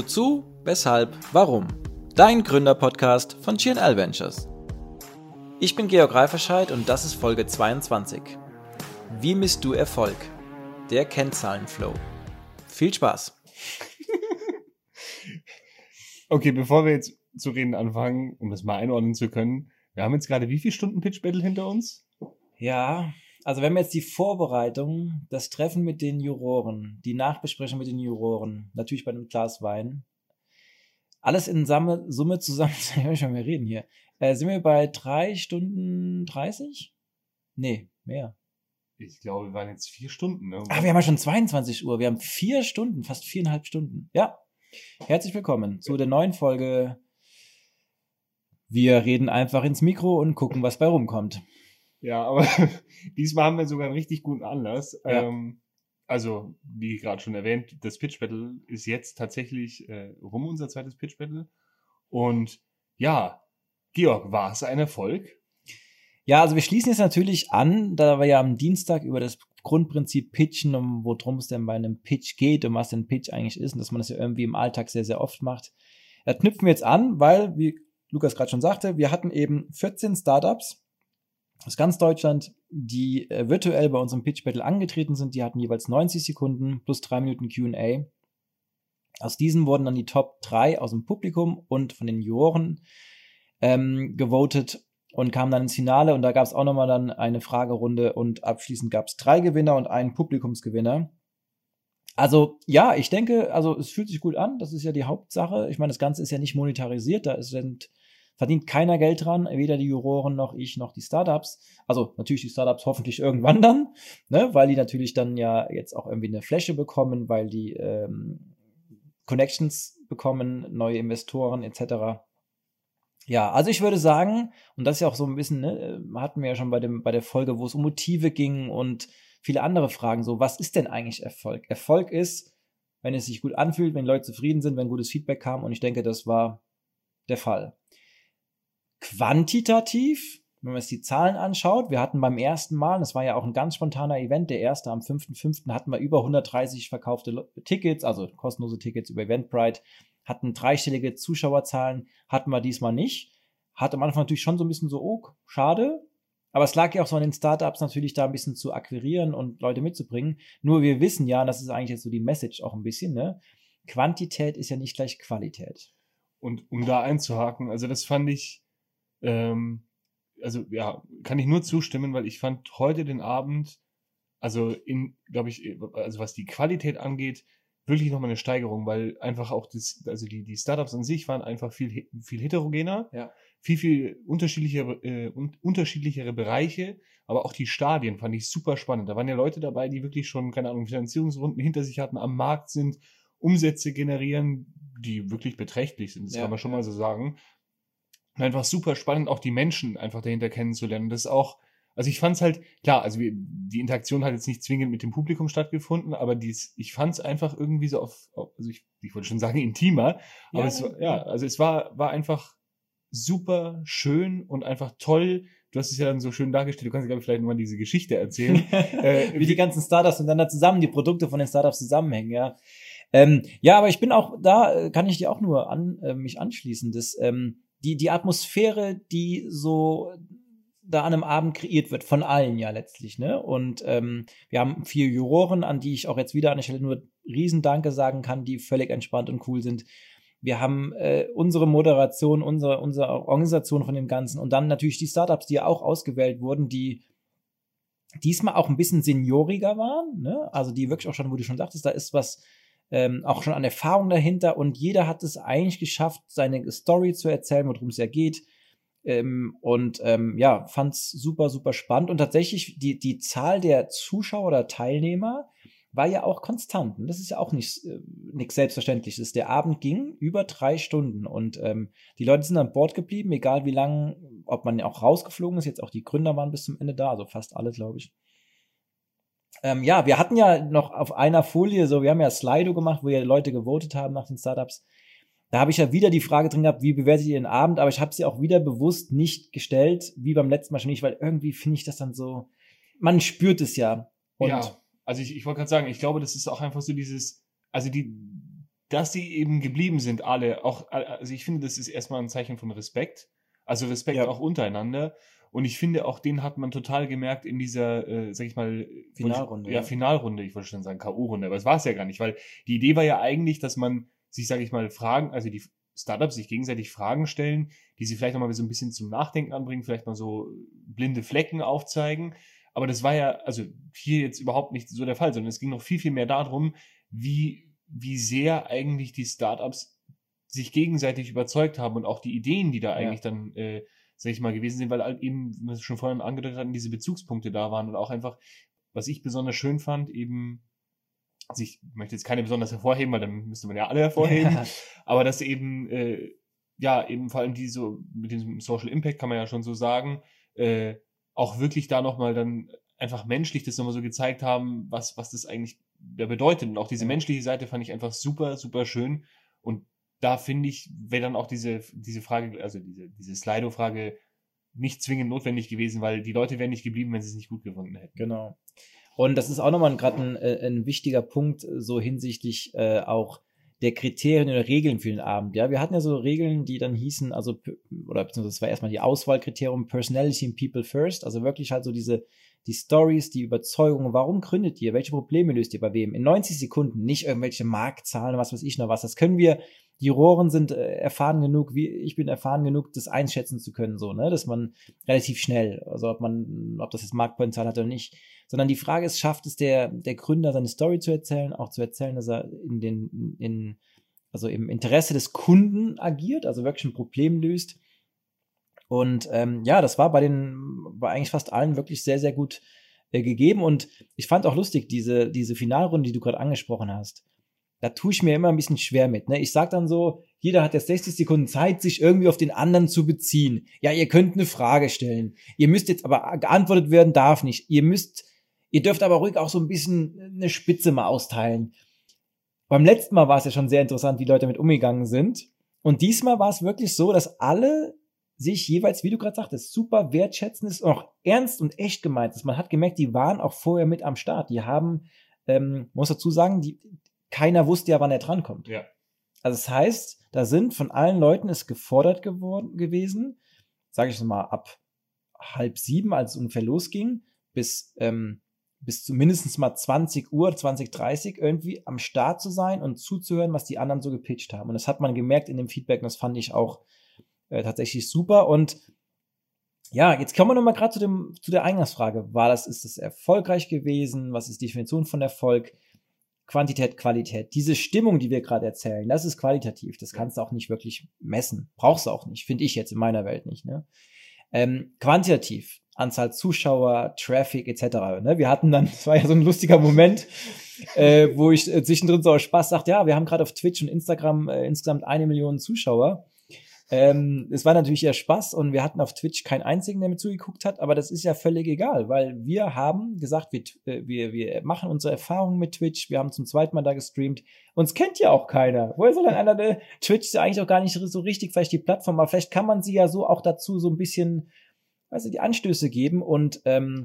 Wozu, weshalb, warum? Dein Gründer-Podcast von G&L Ventures. Ich bin Georg Reiferscheid und das ist Folge 22. Wie misst du Erfolg? Der Kennzahlenflow. Viel Spaß! Okay, bevor wir jetzt zu reden anfangen, um das mal einordnen zu können, wir haben jetzt gerade wie viele Stunden Pitch Battle hinter uns? Ja, also wenn wir jetzt die Vorbereitung, das Treffen mit den Juroren, die Nachbesprechung mit den Juroren, natürlich bei einem Glas Wein, alles in Summe zusammen, ich will schon mehr reden hier, sind wir bei 3 Stunden 30? Nee, mehr. Ich glaube, wir waren jetzt 4 Stunden. Ne? Wir haben ja schon 22 Uhr, wir haben 4 Stunden, fast 4,5 Stunden. Ja, herzlich willkommen zu der neuen Folge. Wir reden einfach ins Mikro und gucken, was bei rumkommt. Ja, aber diesmal haben wir sogar einen richtig guten Anlass. Ja. Also, wie gerade schon erwähnt, das Pitch Battle ist jetzt tatsächlich unser zweites Pitch Battle. Und ja, Georg, war es ein Erfolg? Ja, also wir schließen jetzt natürlich an, da wir ja am Dienstag über das Grundprinzip pitchen, worum es denn bei einem Pitch geht und was denn Pitch eigentlich ist und dass man das ja irgendwie im Alltag sehr, sehr oft macht. Da knüpfen wir jetzt an, weil, wie Lukas gerade schon sagte, wir hatten eben 14 Startups aus ganz Deutschland, die virtuell bei unserem Pitch Battle angetreten sind. Die hatten jeweils 90 Sekunden plus 3 Minuten Q&A. Aus diesen wurden dann die Top 3 aus dem Publikum und von den Juroren gewotet und kamen dann ins Finale. Und da gab es auch nochmal dann eine Fragerunde und abschließend gab es 3 Gewinner und einen Publikumsgewinner. Also ja, ich denke, also es fühlt sich gut an. Das ist ja die Hauptsache. Ich meine, das Ganze ist ja nicht monetarisiert. Verdient keiner Geld dran, weder die Juroren noch ich noch die Startups. Also natürlich die Startups hoffentlich irgendwann dann, ne, weil die natürlich dann ja jetzt auch irgendwie eine Fläche bekommen, weil die Connections bekommen, neue Investoren etc. Ja, also ich würde sagen, und das ist ja auch so ein bisschen, ne, hatten wir ja schon bei der Folge, wo es um Motive ging und viele andere Fragen, so, was ist denn eigentlich Erfolg? Erfolg ist, wenn es sich gut anfühlt, wenn Leute zufrieden sind, wenn gutes Feedback kam, und ich denke, das war der Fall. Quantitativ, wenn man sich die Zahlen anschaut, wir hatten beim ersten Mal, das war ja auch ein ganz spontaner Event, der erste am 5.5. hatten wir über 130 verkaufte Tickets, also kostenlose Tickets über Eventbrite, hatten 3-stellige Zuschauerzahlen, hatten wir diesmal nicht. Hat am Anfang natürlich schon so ein bisschen so, oh, schade, aber es lag ja auch so an den Startups natürlich da ein bisschen zu akquirieren und Leute mitzubringen. Nur wir wissen ja, das ist eigentlich jetzt so die Message auch ein bisschen, ne? Quantität ist ja nicht gleich Qualität. Und um da einzuhaken, also das fand ich, also ja, kann ich nur zustimmen, weil ich fand heute den Abend, also glaube ich, also was die Qualität angeht, wirklich nochmal eine Steigerung, weil einfach auch die Startups an sich waren einfach viel heterogener, Ja. viel unterschiedlichere Bereiche, aber auch die Stadien fand ich super spannend. Da waren ja Leute dabei, die wirklich schon, keine Ahnung, Finanzierungsrunden hinter sich hatten, am Markt sind, Umsätze generieren, die wirklich beträchtlich sind, das kann man schon mal so sagen. Und einfach super spannend, auch die Menschen einfach dahinter kennenzulernen. Das ist auch, also ich fand's halt, klar, also die Interaktion hat jetzt nicht zwingend mit dem Publikum stattgefunden, aber ich fand's einfach irgendwie so also ich wollte schon sagen intimer, aber es war einfach super schön und einfach toll. Du hast es ja dann so schön dargestellt, du kannst, glaube ich, vielleicht nochmal diese Geschichte erzählen. Wie die ganzen Startups miteinander zusammen, die Produkte von den Startups zusammenhängen, ja. Ja, aber ich bin auch, da kann ich dir auch nur mich anschließen, dass die Atmosphäre, die so da an einem Abend kreiert wird, von allen ja letztlich, ne? Und wir haben 4 Juroren, an die ich auch jetzt wieder an der Stelle nur Riesendanke sagen kann, die völlig entspannt und cool sind. Wir haben unsere Moderation, unsere Organisation von dem Ganzen und dann natürlich die Startups, die ja auch ausgewählt wurden, die diesmal auch ein bisschen senioriger waren, ne? Also die wirklich auch schon, wo du schon sagtest, da ist was auch schon an Erfahrung dahinter und jeder hat es eigentlich geschafft, seine Story zu erzählen, worum es ja geht. Fand's super, super spannend. Und tatsächlich, die Zahl der Zuschauer oder Teilnehmer war ja auch konstant. Und das ist ja auch nichts Selbstverständliches. Der Abend ging über 3 Stunden und die Leute sind an Bord geblieben, egal wie lang, ob man auch rausgeflogen ist. Jetzt auch die Gründer waren bis zum Ende da, also fast alle, glaube ich. Wir hatten ja noch auf einer Folie so, wir haben ja Slido gemacht, wo ja Leute gewotet haben nach den Startups. Da habe ich ja wieder die Frage drin gehabt, wie bewertet ihr den Abend? Aber ich habe sie auch wieder bewusst nicht gestellt, wie beim letzten Mal schon nicht, weil irgendwie finde ich das dann so, man spürt es ja. Und ja, also ich wollte gerade sagen, ich glaube, das ist auch einfach so dieses, also dass sie eben geblieben sind, alle, auch, also ich finde, das ist erstmal ein Zeichen von Respekt, also Respekt auch untereinander. Und ich finde, auch den hat man total gemerkt in dieser, sag ich mal, Finalrunde. Finalrunde, ich wollte schon sagen K.O.-Runde, aber es war es ja gar nicht, weil die Idee war ja eigentlich, dass man sich, sag ich mal, also die Startups sich gegenseitig Fragen stellen, die sie vielleicht nochmal so ein bisschen zum Nachdenken anbringen, vielleicht mal so blinde Flecken aufzeigen. Aber das war ja, also hier jetzt überhaupt nicht so der Fall, sondern es ging noch viel, viel mehr darum, wie sehr eigentlich die Startups sich gegenseitig überzeugt haben und auch die Ideen, die da eigentlich dann, sag ich mal, gewesen sind, weil halt eben, wie wir es schon vorhin angedeutet hatten, diese Bezugspunkte da waren und auch einfach, was ich besonders schön fand, eben, also ich möchte jetzt keine besonders hervorheben, weil dann müsste man ja alle hervorheben, aber dass eben, eben vor allem die so, mit diesem Social Impact kann man ja schon so sagen, auch wirklich da nochmal dann einfach menschlich das nochmal so gezeigt haben, was das eigentlich bedeutet. Und auch diese menschliche Seite fand ich einfach super, super schön. Und da finde ich, wäre dann auch diese Frage, also diese Slido-Frage nicht zwingend notwendig gewesen, weil die Leute wären nicht geblieben, wenn sie es nicht gut gefunden hätten. Genau. Und das ist auch nochmal gerade ein wichtiger Punkt, so hinsichtlich auch der Kriterien oder Regeln für den Abend. Ja, wir hatten ja so Regeln, die dann hießen, also, oder beziehungsweise das war erstmal die Auswahlkriterium Personality and People First, also wirklich halt so die Stories, die Überzeugungen, warum gründet ihr, welche Probleme löst ihr bei wem? In 90 Sekunden, nicht irgendwelche Marktzahlen, was weiß ich noch was, das können wir, die Rohren sind erfahren genug, ich bin erfahren genug, das einschätzen zu können, so, ne, dass man relativ schnell, also ob das jetzt Marktpotenzial hat oder nicht, sondern die Frage ist, schafft es der Gründer, seine Story zu erzählen, auch zu erzählen, dass er also im Interesse des Kunden agiert, also wirklich ein Problem löst. Und das war bei eigentlich fast allen wirklich sehr, sehr gut gegeben. Und ich fand auch lustig, diese Finalrunde, die du gerade angesprochen hast. Da tue ich mir immer ein bisschen schwer mit. Ne? Ich sag dann so, jeder hat jetzt 60 Sekunden Zeit, sich irgendwie auf den anderen zu beziehen. Ja, ihr könnt eine Frage stellen. Ihr müsst jetzt aber geantwortet werden, darf nicht. Ihr dürft aber ruhig auch so ein bisschen eine Spitze mal austeilen. Beim letzten Mal war es ja schon sehr interessant, wie Leute damit umgegangen sind. Und diesmal war es wirklich so, dass alle sich jeweils, wie du gerade sagtest, super wertschätzen ist und auch ernst und echt gemeint ist. Man hat gemerkt, die waren auch vorher mit am Start. Die haben, muss dazu sagen, keiner wusste ja, wann er drankommt. Ja. Also das heißt, da sind von allen Leuten es gefordert gewesen, sage ich mal, ab 6:30, als es ungefähr losging, bis zu mindestens mal 20 Uhr, 20:30 irgendwie am Start zu sein und zuzuhören, was die anderen so gepitcht haben. Und das hat man gemerkt in dem Feedback und das fand ich auch tatsächlich super. Und ja, jetzt kommen wir nochmal gerade zu der Eingangsfrage. Ist das erfolgreich gewesen? Was ist die Definition von Erfolg? Quantität, Qualität. Diese Stimmung, die wir gerade erzählen, das ist qualitativ. Das kannst du auch nicht wirklich messen. Brauchst du auch nicht. Finde ich jetzt in meiner Welt nicht. Ne? Quantitativ. Anzahl Zuschauer, Traffic etc. Ne? Wir hatten dann, das war ja so ein lustiger Moment, wo ich zwischendrin so aus Spaß sagte, ja, wir haben gerade auf Twitch und Instagram insgesamt 1 Million Zuschauer. Es war natürlich eher Spaß und wir hatten auf Twitch keinen einzigen, der mir zugeguckt hat, aber das ist ja völlig egal, weil wir haben gesagt, wir machen unsere Erfahrungen mit Twitch, wir haben zum 2. Mal da gestreamt, uns kennt ja auch keiner. Woher soll denn einer, der Twitch ist ja eigentlich auch gar nicht so richtig, vielleicht die Plattform, aber vielleicht kann man sie ja so auch dazu so ein bisschen, die Anstöße geben und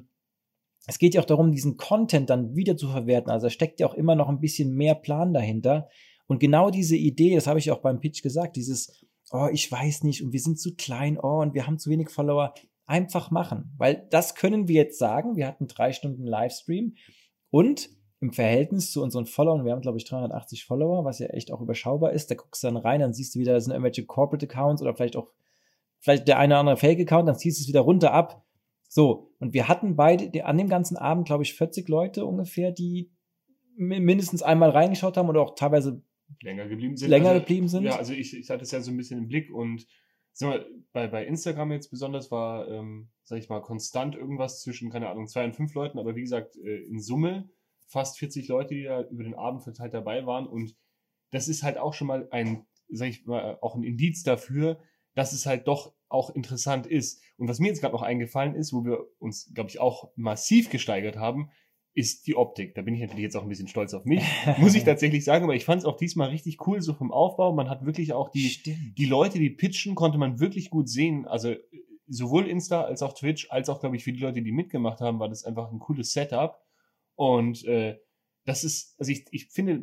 es geht ja auch darum, diesen Content dann wieder zu verwerten, also da steckt ja auch immer noch ein bisschen mehr Plan dahinter und genau diese Idee, das habe ich auch beim Pitch gesagt, dieses ich weiß nicht und wir sind zu klein, und wir haben zu wenig Follower, einfach machen, weil das können wir jetzt sagen, wir hatten 3 Stunden Livestream und im Verhältnis zu unseren Followern, wir haben glaube ich 380 Follower, was ja echt auch überschaubar ist, da guckst du dann rein, dann siehst du wieder, da sind irgendwelche Corporate Accounts oder vielleicht der eine oder andere Fake-Account, dann ziehst du es wieder runter ab, so, und wir hatten beide an dem ganzen Abend, glaube ich, 40 Leute ungefähr, die mindestens einmal reingeschaut haben oder auch teilweise länger geblieben sind. Ja, also ich hatte es ja so ein bisschen im Blick und bei Instagram jetzt besonders war, sag ich mal, konstant irgendwas zwischen, keine Ahnung, 2 und 5 Leuten, aber wie gesagt, in Summe fast 40 Leute, die da über den Abend verteilt dabei waren und das ist halt auch schon mal auch ein Indiz dafür, dass es halt doch auch interessant ist. Und was mir jetzt gerade noch eingefallen ist, wo wir uns, glaube ich, auch massiv gesteigert haben, ist die Optik. Da bin ich natürlich jetzt auch ein bisschen stolz auf mich, muss ich tatsächlich sagen, aber ich fand es auch diesmal richtig cool, so vom Aufbau. Man hat wirklich auch die Leute, die pitchen, konnte man wirklich gut sehen. Also sowohl Insta als auch Twitch, als auch, glaube ich, für die Leute, die mitgemacht haben, war das einfach ein cooles Setup. Und das ist, also ich finde,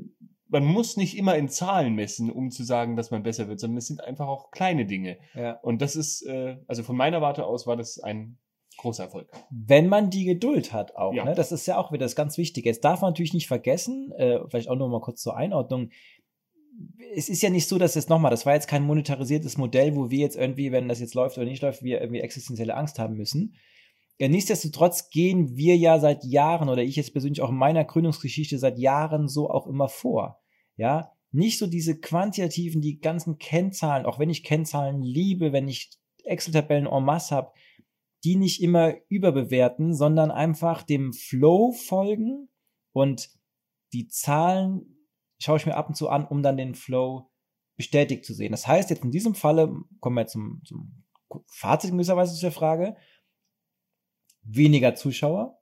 man muss nicht immer in Zahlen messen, um zu sagen, dass man besser wird, sondern es sind einfach auch kleine Dinge. Ja. Und das ist, also von meiner Warte aus war das ein großer Erfolg. Wenn man die Geduld hat auch, Ja. ne? Das ist ja auch wieder das ganz Wichtige. Jetzt darf man natürlich nicht vergessen, vielleicht auch noch mal kurz zur Einordnung, es ist ja nicht so, dass das war jetzt kein monetarisiertes Modell, wo wir jetzt irgendwie, wenn das jetzt läuft oder nicht läuft, wir irgendwie existenzielle Angst haben müssen. Ja, nichtsdestotrotz gehen wir ja seit Jahren, oder ich jetzt persönlich auch in meiner Gründungsgeschichte seit Jahren so auch immer vor. Ja, nicht so diese quantitativen, die ganzen Kennzahlen, auch wenn ich Kennzahlen liebe, wenn ich Excel-Tabellen en masse habe, die nicht immer überbewerten, sondern einfach dem Flow folgen und die Zahlen schaue ich mir ab und zu an, um dann den Flow bestätigt zu sehen. Das heißt, jetzt in diesem Falle, kommen wir zum Fazit in gewisser Weise zu der Frage, weniger Zuschauer,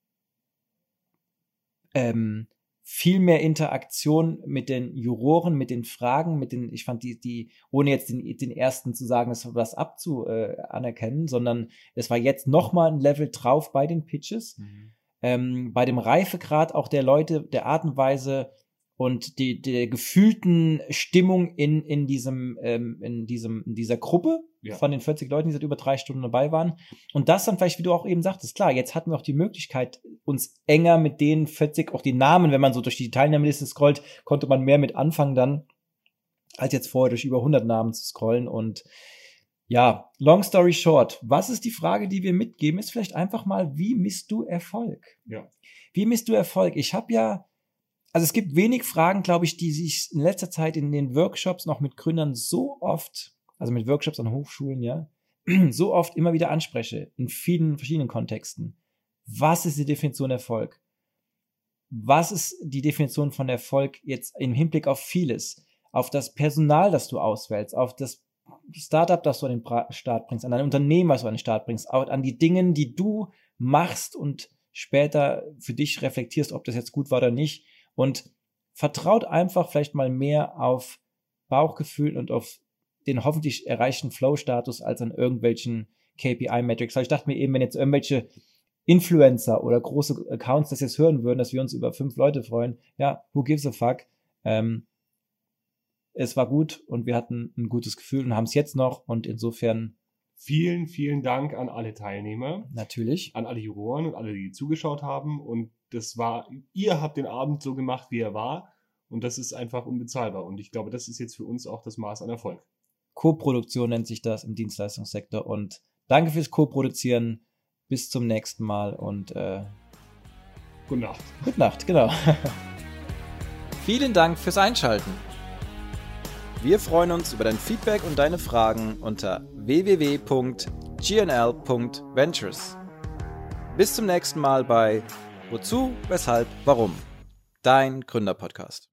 viel mehr Interaktion mit den Juroren, mit den Fragen, ich fand die ohne jetzt den ersten zu sagen, das was anerkennen, sondern es war jetzt nochmal ein Level drauf bei den Pitches, bei dem Reifegrad auch der Leute, der Art und Weise und der gefühlten Stimmung in dieser Gruppe von den 40 Leuten, die seit über 3 Stunden dabei waren. Und das dann vielleicht, wie du auch eben sagtest, klar, jetzt hatten wir auch die Möglichkeit, uns enger mit den 40, auch die Namen, wenn man so durch die Teilnehmerliste scrollt, konnte man mehr mit anfangen dann, als jetzt vorher durch über 100 Namen zu scrollen. Und ja, long story short, was ist die Frage, die wir mitgeben, ist vielleicht einfach mal, wie misst du Erfolg? Ja. Wie misst du Erfolg? Also es gibt wenig Fragen, glaube ich, die sich in letzter Zeit in den Workshops noch mit Gründern so oft, also mit Workshops an Hochschulen, ja, so oft immer wieder anspreche, in vielen verschiedenen Kontexten. Was ist die Definition Erfolg? Was ist die Definition von Erfolg jetzt im Hinblick auf vieles? Auf das Personal, das du auswählst, auf das Startup, das du an den Start bringst, an dein Unternehmen, was du an den Start bringst, an die Dinge, die du machst und später für dich reflektierst, ob das jetzt gut war oder nicht. Und vertraut einfach vielleicht mal mehr auf Bauchgefühl und auf den hoffentlich erreichten Flow-Status als an irgendwelchen KPI-Metrics. Weil ich dachte mir eben, wenn jetzt irgendwelche Influencer oder große Accounts das jetzt hören würden, dass wir uns über 5 Leute freuen, ja, who gives a fuck? Es war gut und wir hatten ein gutes Gefühl und haben es jetzt noch und insofern vielen, vielen Dank an alle Teilnehmer. Natürlich. An alle Juroren und alle, die zugeschaut haben. Und ihr habt den Abend so gemacht, wie er war. Und das ist einfach unbezahlbar. Und ich glaube, das ist jetzt für uns auch das Maß an Erfolg. Co-Produktion nennt sich das im Dienstleistungssektor. Und danke fürs Co-Produzieren. Bis zum nächsten Mal und Gute Nacht. Gute Nacht, genau. Vielen Dank fürs Einschalten. Wir freuen uns über dein Feedback und deine Fragen unter www.gnl.ventures. Bis zum nächsten Mal bei Wozu, Weshalb, Warum? Dein Gründerpodcast.